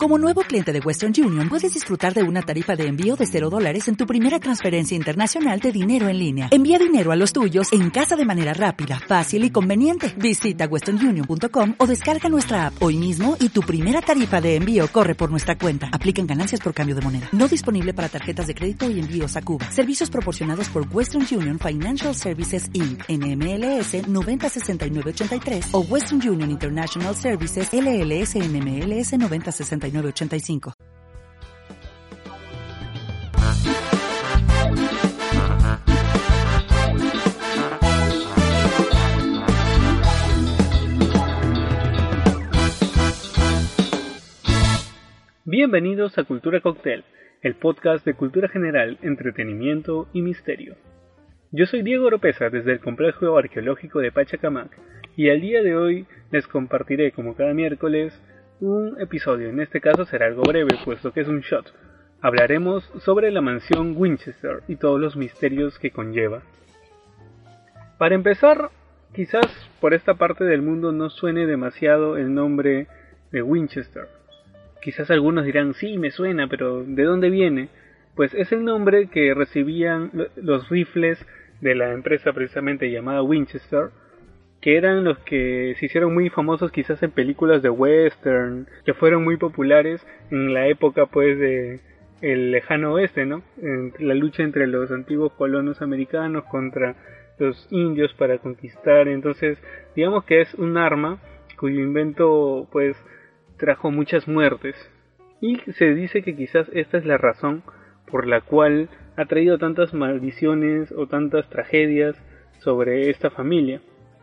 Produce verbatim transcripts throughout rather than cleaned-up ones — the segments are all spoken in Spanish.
Como nuevo cliente de Western Union, puedes disfrutar de una tarifa de envío de cero dólares en tu primera transferencia internacional de dinero en línea. Envía dinero a los tuyos en casa de manera rápida, fácil y conveniente. Visita western union punto com o descarga nuestra app hoy mismo y tu primera tarifa de envío corre por nuestra cuenta. Aplican ganancias por cambio de moneda. No disponible para tarjetas de crédito y envíos a Cuba. Servicios proporcionados por Western Union Financial Services incorporated. N M L S noventa sesenta y nueve ochenta y tres o Western Union International Services L L S N M L S noventa sesenta y nueve ochenta y cinco. Bienvenidos a Cultura Cóctel, el podcast de cultura general, entretenimiento y misterio. Yo soy Diego Oropesa desde el Complejo Arqueológico de Pachacamac y al día de hoy les compartiré, como cada miércoles, un episodio. En este caso será algo breve, puesto que es un shot. Hablaremos sobre la mansión Winchester y todos los misterios que conlleva. Para empezar, quizás por esta parte del mundo no suene demasiado el nombre de Winchester. Quizás algunos dirán, sí, me suena, pero ¿de dónde viene? Pues es el nombre que recibían los rifles de la empresa precisamente llamada Winchester, que eran los que se hicieron muy famosos quizás en películas de western, que fueron muy populares en la época pues de el lejano oeste, ¿no? En la lucha entre los antiguos colonos americanos contra los indios para conquistar. Entonces, digamos que es un arma cuyo invento pues trajo muchas muertes, y se dice que quizás esta es la razón por la cual ha traído tantas maldiciones o tantas tragedias sobre esta familia.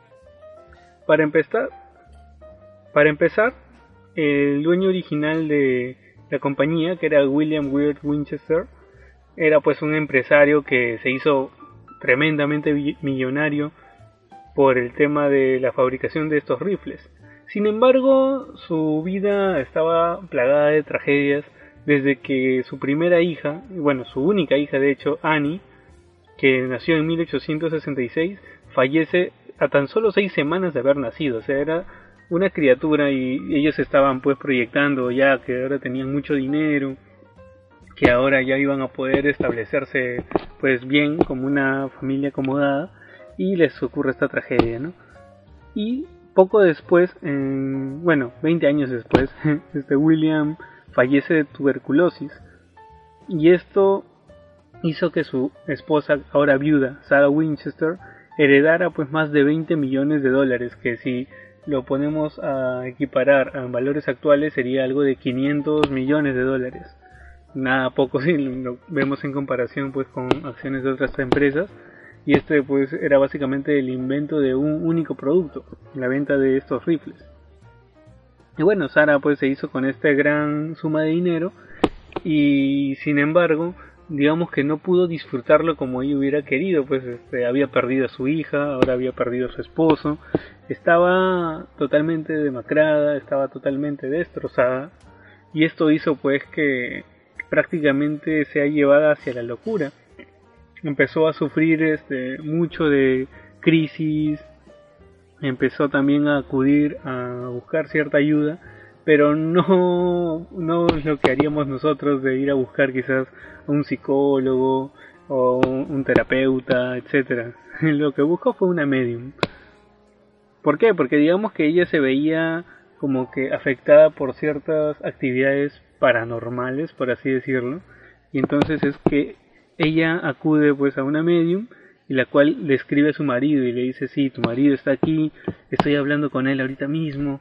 Para empezar, para empezar, el dueño original de la compañía, que era William Weird Winchester, era pues un empresario que se hizo tremendamente millonario por el tema de la fabricación de estos rifles. Sin embargo, su vida estaba plagada de tragedias desde que su primera hija, bueno, su única hija de hecho, Annie, que nació en mil ochocientos sesenta y seis, fallece a tan solo seis semanas de haber nacido. O sea, era una criatura y ellos estaban pues proyectando ya que ahora tenían mucho dinero, que ahora ya iban a poder establecerse pues bien como una familia acomodada, y les ocurre esta tragedia, ¿no? Y poco después, en, bueno, veinte años después, este William fallece de tuberculosis, y esto hizo que su esposa, ahora viuda, Sarah Winchester, heredara pues más de veinte millones de dólares, que si lo ponemos a equiparar a valores actuales sería algo de quinientos millones de dólares. Nada poco si lo vemos en comparación pues con acciones de otras empresas. Y este pues era básicamente el invento de un único producto, la venta de estos rifles. Y bueno, Sarah pues se hizo con esta gran suma de dinero, y sin embargo, digamos que no pudo disfrutarlo como ella hubiera querido, pues este, había perdido a su hija, ahora había perdido a su esposo, estaba totalmente demacrada, estaba totalmente destrozada, y esto hizo pues que prácticamente sea llevada hacia la locura. Empezó a sufrir este, mucho de crisis, empezó también a acudir a buscar cierta ayuda, pero no, no es lo que haríamos nosotros de ir a buscar quizás a un psicólogo o un terapeuta, etcétera. Lo que buscó fue una medium. ¿Por qué? Porque digamos que ella se veía como que afectada por ciertas actividades paranormales, por así decirlo, y entonces es que ella acude pues a una medium, y la cual le escribe a su marido y le dice, sí, tu marido está aquí, estoy hablando con él ahorita mismo,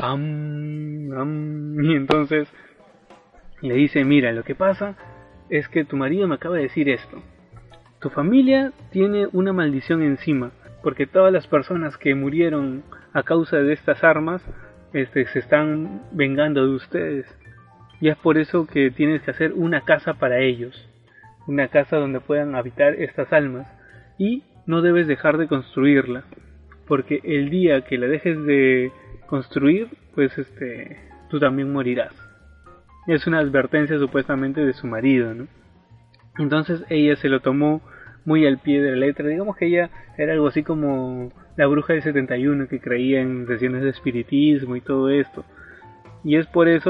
am, am. Y entonces le dice, mira, lo que pasa es que tu marido me acaba de decir esto, tu familia tiene una maldición encima, porque todas las personas que murieron a causa de estas armas este, se están vengando de ustedes, y es por eso que tienes que hacer una casa para ellos, una casa donde puedan habitar estas almas, y no debes dejar de construirla, porque el día que la dejes de construir, pues este, tú también morirás. Es una advertencia supuestamente de su marido, ¿no? Entonces ella se lo tomó muy al pie de la letra. Digamos que ella era algo así como la bruja del setenta y uno, que creía en sesiones de espiritismo y todo esto, y es por eso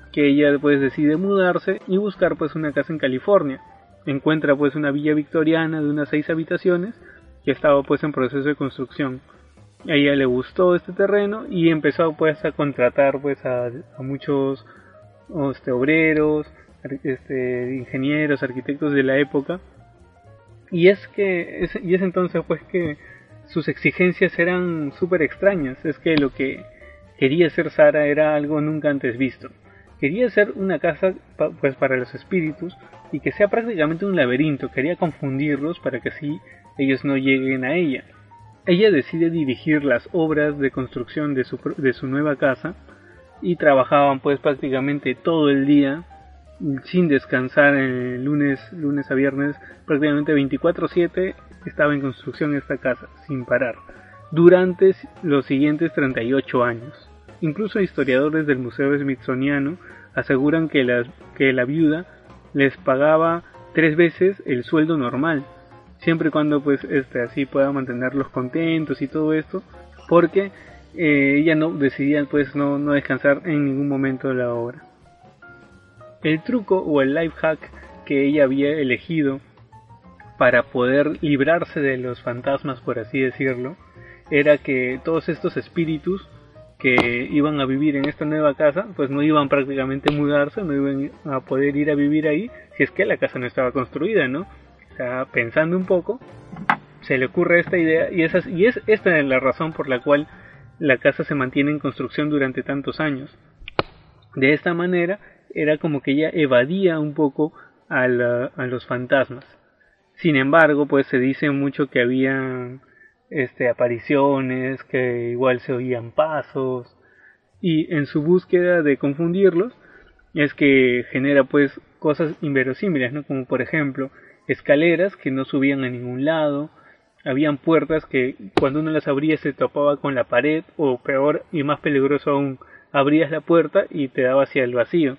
que ella pues decide mudarse y buscar pues una casa en California. Encuentra pues una villa victoriana de unas seis habitaciones que estaba pues en proceso de construcción. A ella le gustó este terreno y empezó pues a contratar pues a, a muchos este, obreros, este, ingenieros, arquitectos de la época. Y es que es, y es entonces pues que sus exigencias eran súper extrañas. Es que lo que quería hacer Sara era algo nunca antes visto. Quería hacer una casa pa, pues para los espíritus y que sea prácticamente un laberinto. Quería confundirlos para que así ellos no lleguen a ella. Ella decide dirigir las obras de construcción de su, de su nueva casa y trabajaban pues prácticamente todo el día sin descansar, eh, lunes, lunes a viernes, prácticamente veinticuatro siete estaba en construcción esta casa sin parar durante los siguientes treinta y ocho años. Incluso historiadores del Museo Smithsoniano aseguran que la, que la viuda les pagaba tres veces el sueldo normal, siempre y cuando pues este así pueda mantenerlos contentos y todo esto, porque eh, ella no decidía pues no, no descansar en ningún momento de la obra. El truco o el life hack que ella había elegido para poder librarse de los fantasmas, por así decirlo, era que todos estos espíritus que iban a vivir en esta nueva casa pues no iban prácticamente a mudarse, no iban a poder ir a vivir ahí si es que la casa no estaba construida, ¿no? O sea, pensando un poco, se le ocurre esta idea y, esas, y es esta es la razón por la cual la casa se mantiene en construcción durante tantos años. De esta manera era como que ella evadía un poco a, la, a los fantasmas. Sin embargo, pues se dice mucho que había este, apariciones, que igual se oían pasos, y en su búsqueda de confundirlos es que genera pues cosas inverosímiles, ¿no? Como por ejemplo escaleras que no subían a ningún lado, habían puertas que cuando uno las abría se topaba con la pared, o peor y más peligroso aún, abrías la puerta y te daba hacia el vacío.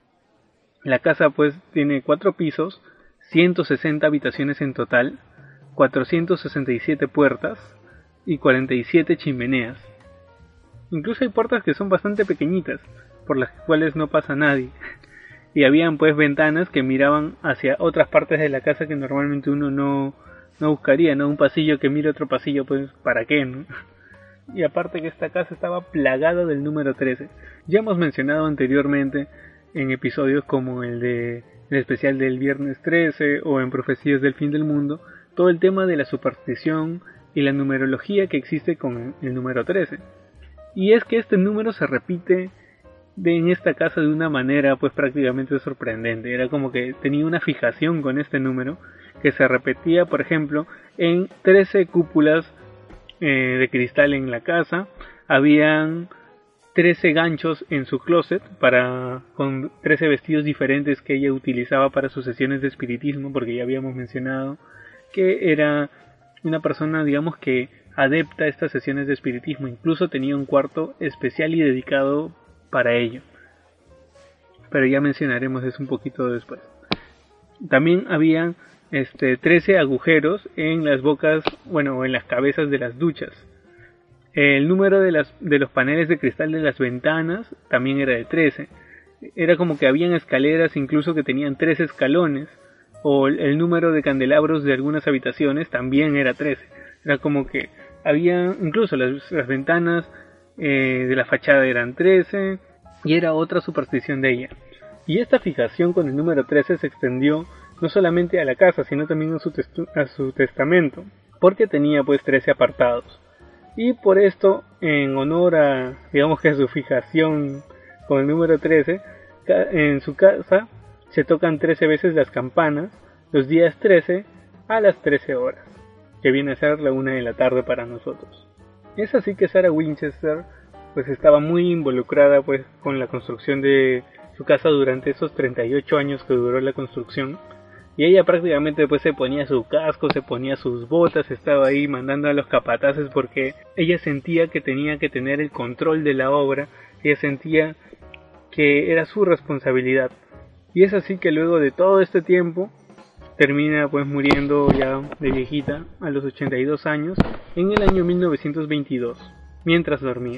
La casa pues tiene cuatro pisos, ciento sesenta habitaciones en total, cuatrocientas sesenta y siete puertas y cuarenta y siete chimeneas. Incluso hay puertas que son bastante pequeñitas, por las cuales no pasa nadie. Y habían pues ventanas que miraban hacia otras partes de la casa que normalmente uno no, no buscaría, ¿no? Un pasillo que mira otro pasillo, pues ¿para qué, no? Y aparte que esta casa estaba plagada del número trece. Ya hemos mencionado anteriormente en episodios como el de el especial del viernes trece o en Profecías del Fin del Mundo, todo el tema de la superstición y la numerología que existe con el número trece. Y es que este número se repite de en esta casa de una manera pues prácticamente sorprendente. Era como que tenía una fijación con este número que se repetía, por ejemplo, en trece cúpulas eh, de cristal en la casa. Habían trece ganchos en su closet para con trece vestidos diferentes que ella utilizaba para sus sesiones de espiritismo, porque ya habíamos mencionado que era una persona, digamos, que adepta a estas sesiones de espiritismo. Incluso tenía un cuarto especial y dedicado para ello, pero ya mencionaremos eso un poquito después. También había este, trece agujeros en las bocas, bueno, en las cabezas de las duchas. El número de, las, de los paneles de cristal de las ventanas también era de trece. Era como que habían escaleras incluso que tenían trece escalones, o el, el número de candelabros de algunas habitaciones también era trece. Era como que había incluso las, las ventanas eh, de la fachada eran trece, y era otra superstición de ella. Y esta fijación con el número trece se extendió no solamente a la casa, sino también a su, testu- a su testamento, porque tenía pues trece apartados. Y por esto, en honor a, digamos que a su fijación con el número trece, en su casa se tocan trece veces las campanas, los días trece a las trece horas, que viene a ser la una de la tarde para nosotros. Es así que Sarah Winchester pues estaba muy involucrada pues con la construcción de su casa durante esos treinta y ocho años que duró la construcción. Y ella prácticamente pues se ponía su casco, se ponía sus botas, estaba ahí mandando a los capataces porque ella sentía que tenía que tener el control de la obra, ella sentía que era su responsabilidad. Y es así que luego de todo este tiempo termina pues muriendo ya de viejita a los ochenta y dos años en el año mil novecientos veintidós, mientras dormía.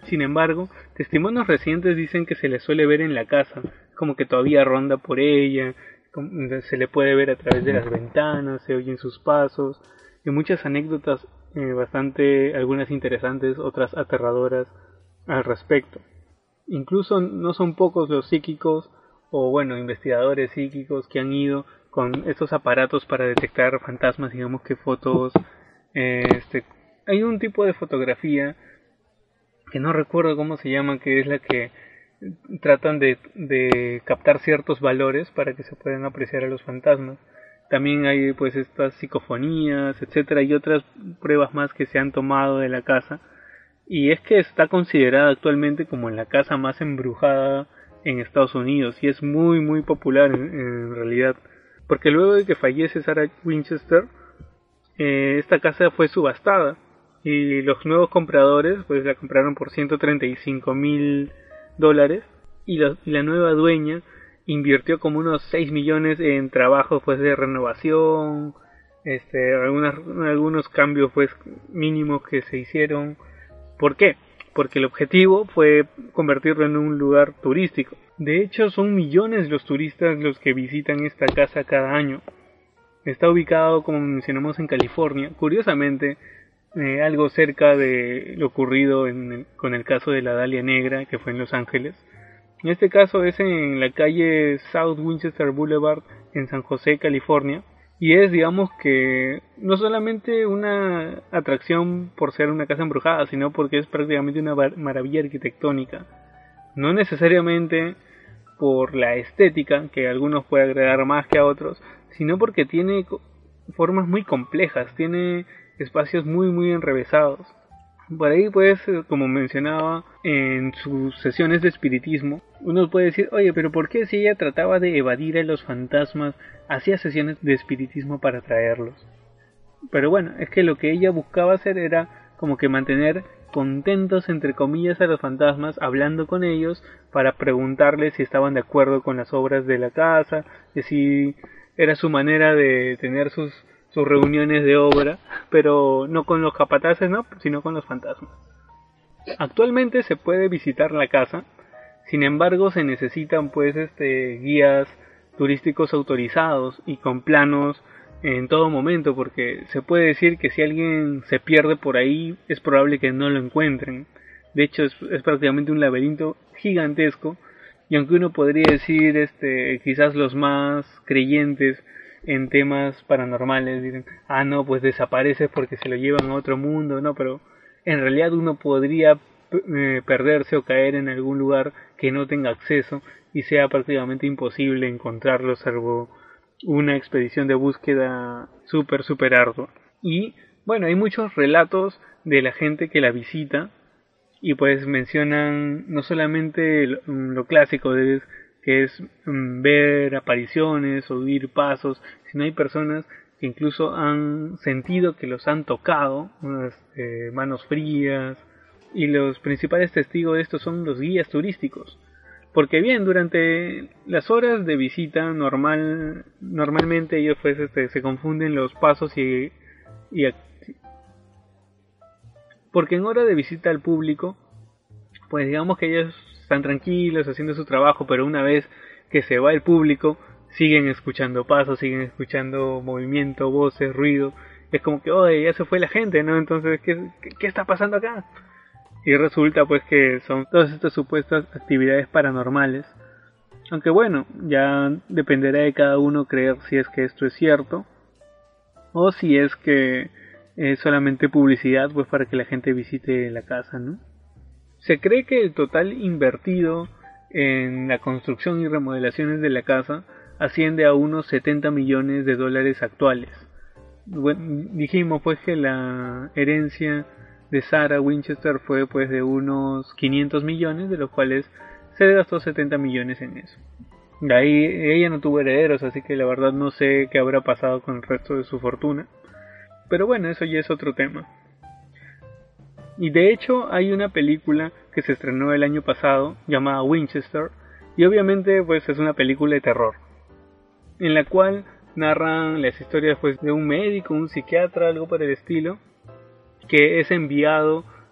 Sin embargo, testimonios recientes dicen que se le suele ver en la casa, como que todavía ronda por ella, se le puede ver a través de las ventanas, se oyen sus pasos, y muchas anécdotas eh, bastante, algunas interesantes, otras aterradoras al respecto. Incluso no son pocos los psíquicos, o bueno, investigadores psíquicos que han ido con estos aparatos para detectar fantasmas, digamos que fotos, eh, este, hay un tipo de fotografía que no recuerdo cómo se llama, que es la que tratan de, de captar ciertos valores para que se puedan apreciar a los fantasmas. También hay pues estas psicofonías, etcétera, y otras pruebas más que se han tomado de la casa. Y es que está considerada actualmente como la casa más embrujada en Estados Unidos, y es muy muy popular en, en realidad, porque luego de que fallece Sarah Winchester, eh, esta casa fue subastada y los nuevos compradores pues la compraron por ciento treinta y cinco mil dólares, y la, y la nueva dueña invirtió como unos seis millones en trabajos pues de renovación, este, algunas, algunos cambios pues mínimos que se hicieron. ¿Por qué? Porque el objetivo fue convertirlo en un lugar turístico. De hecho, son millones los turistas los que visitan esta casa cada año. Está ubicado, como mencionamos, en California. Curiosamente, eh, algo cerca de lo ocurrido en el, con el caso de la Dalia Negra, que fue en Los Ángeles. En este caso es en la calle South Winchester Boulevard, en San José, California. Y es, digamos que, no solamente una atracción por ser una casa embrujada, sino porque es prácticamente una maravilla arquitectónica. No necesariamente por la estética, que a algunos puede agradar más que a otros, sino porque tiene formas muy complejas, tiene espacios muy muy enrevesados. Por ahí pues, como mencionaba en sus sesiones de espiritismo, uno puede decir, oye, pero ¿por qué si ella trataba de evadir a los fantasmas, hacía sesiones de espiritismo para atraerlos? Pero bueno, es que lo que ella buscaba hacer era como que mantener contentos entre comillas a los fantasmas, hablando con ellos para preguntarles si estaban de acuerdo con las obras de la casa, y si era su manera de tener sus sus reuniones de obra, pero no con los capataces, no, sino con los fantasmas. Actualmente se puede visitar la casa, sin embargo se necesitan pues este guías turísticos autorizados y con planos en todo momento, porque se puede decir que si alguien se pierde por ahí es probable que no lo encuentren. De hecho es, es prácticamente un laberinto gigantesco, y aunque uno podría decir este quizás los más creyentes en temas paranormales dicen, ah no, pues desaparece porque se lo llevan a otro mundo, no, pero en realidad uno podría eh, perderse o caer en algún lugar que no tenga acceso y sea prácticamente imposible encontrarlo, salvo una expedición de búsqueda súper súper ardua. Y bueno, hay muchos relatos de la gente que la visita, y pues mencionan no solamente lo, lo clásico de que es um, ver apariciones o oír pasos, sino hay personas que incluso han sentido que los han tocado, unas eh, manos frías, y los principales testigos de esto son los guías turísticos, porque bien, durante las horas de visita normal, normalmente ellos pues este, se confunden los pasos y, y porque en hora de visita al público, pues digamos que ellos están tranquilos haciendo su trabajo, pero una vez que se va el público siguen escuchando pasos, siguen escuchando movimiento, voces, ruido. Es como que, oye, ya se fue la gente, ¿no? Entonces, ¿qué, qué, qué está pasando acá? Y resulta pues que son todas estas supuestas actividades paranormales. Aunque bueno, ya dependerá de cada uno creer si es que esto es cierto o si es que es solamente publicidad pues para que la gente visite la casa, ¿no? Se cree que el total invertido en la construcción y remodelaciones de la casa asciende a unos setenta millones de dólares actuales. Bueno, dijimos pues que la herencia de Sarah Winchester fue pues de unos quinientos millones, de los cuales se gastó setenta millones en eso. De ahí ella no tuvo herederos, así que la verdad no sé qué habrá pasado con el resto de su fortuna. Pero bueno, eso ya es otro tema. Y de hecho hay una película que se estrenó el año pasado llamada Winchester, y obviamente pues es una película de terror, en la cual narran las historias pues de un médico, un psiquiatra, algo por el estilo, que es enviado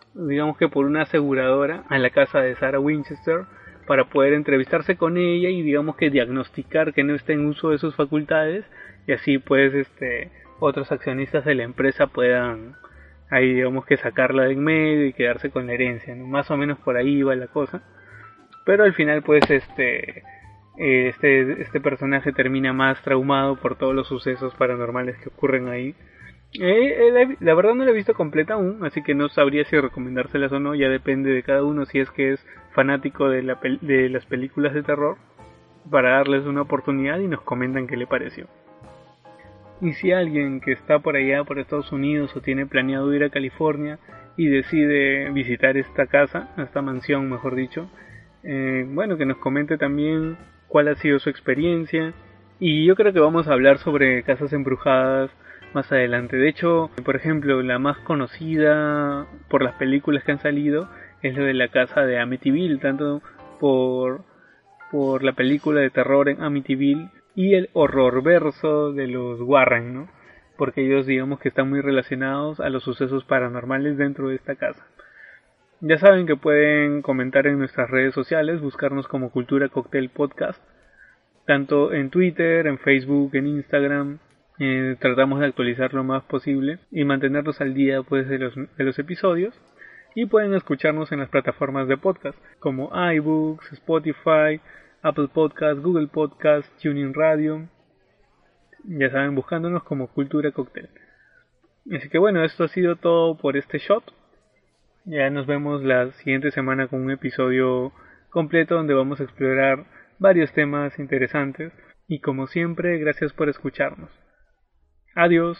digamos que por una aseguradora, a la casa de Sarah Winchester para poder entrevistarse con ella y digamos que diagnosticar que no está en uso de sus facultades, y así pues este otros accionistas de la empresa puedan ahí digamos que sacarla de en medio y quedarse con la herencia, ¿no? Más o menos por ahí va la cosa. Pero al final pues este este este personaje termina más traumado por todos los sucesos paranormales que ocurren ahí. Eh, eh, la, la verdad no la he visto completa aún, así que no sabría si recomendárselas o no, ya depende de cada uno si es que es fanático de, la pel- de las películas de terror, para darles una oportunidad y nos comentan qué le pareció. Y si alguien que está por allá, por Estados Unidos, o tiene planeado ir a California y decide visitar esta casa, esta mansión mejor dicho, eh, bueno, que nos comente también cuál ha sido su experiencia. Y yo creo que vamos a hablar sobre casas embrujadas más adelante. De hecho, por ejemplo, la más conocida por las películas que han salido es lo de la casa de Amityville, tanto por, por la película de terror en Amityville y el horrorverso de los Warren, ¿no? Porque ellos digamos que están muy relacionados a los sucesos paranormales dentro de esta casa. Ya saben que pueden comentar en nuestras redes sociales, buscarnos como Cultura Cocktail Podcast, tanto en Twitter, en Facebook, en Instagram. Eh, tratamos de actualizar lo más posible y mantenerlos al día pues de los, de los episodios, y pueden escucharnos en las plataformas de podcast como iBooks, Spotify, Apple Podcast, Google Podcast, TuneIn Radio, ya saben, buscándonos como Cultura Cocktail. Así que bueno, esto ha sido todo por este shot. Ya nos vemos la siguiente semana con un episodio completo donde vamos a explorar varios temas interesantes, y como siempre, gracias por escucharnos. Adiós.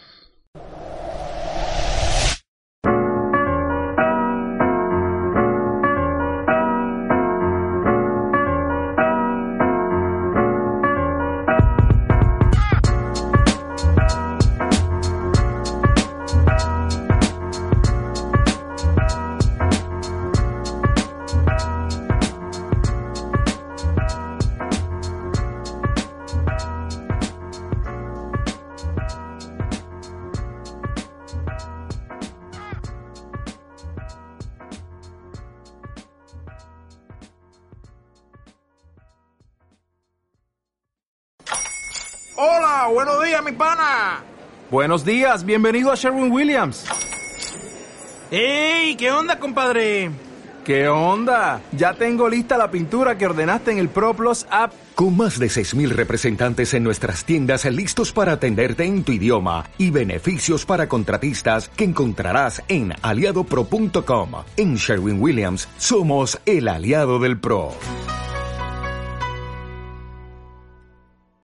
Hola, buenos días, mi pana. Buenos días, bienvenido a Sherwin-Williams. ¡Ey! ¿Qué onda, compadre? ¿Qué onda? Ya tengo lista la pintura que ordenaste en el ProPlus app. Con más de seis mil representantes en nuestras tiendas listos para atenderte en tu idioma y beneficios para contratistas que encontrarás en aliado pro punto com. En Sherwin-Williams somos el aliado del pro.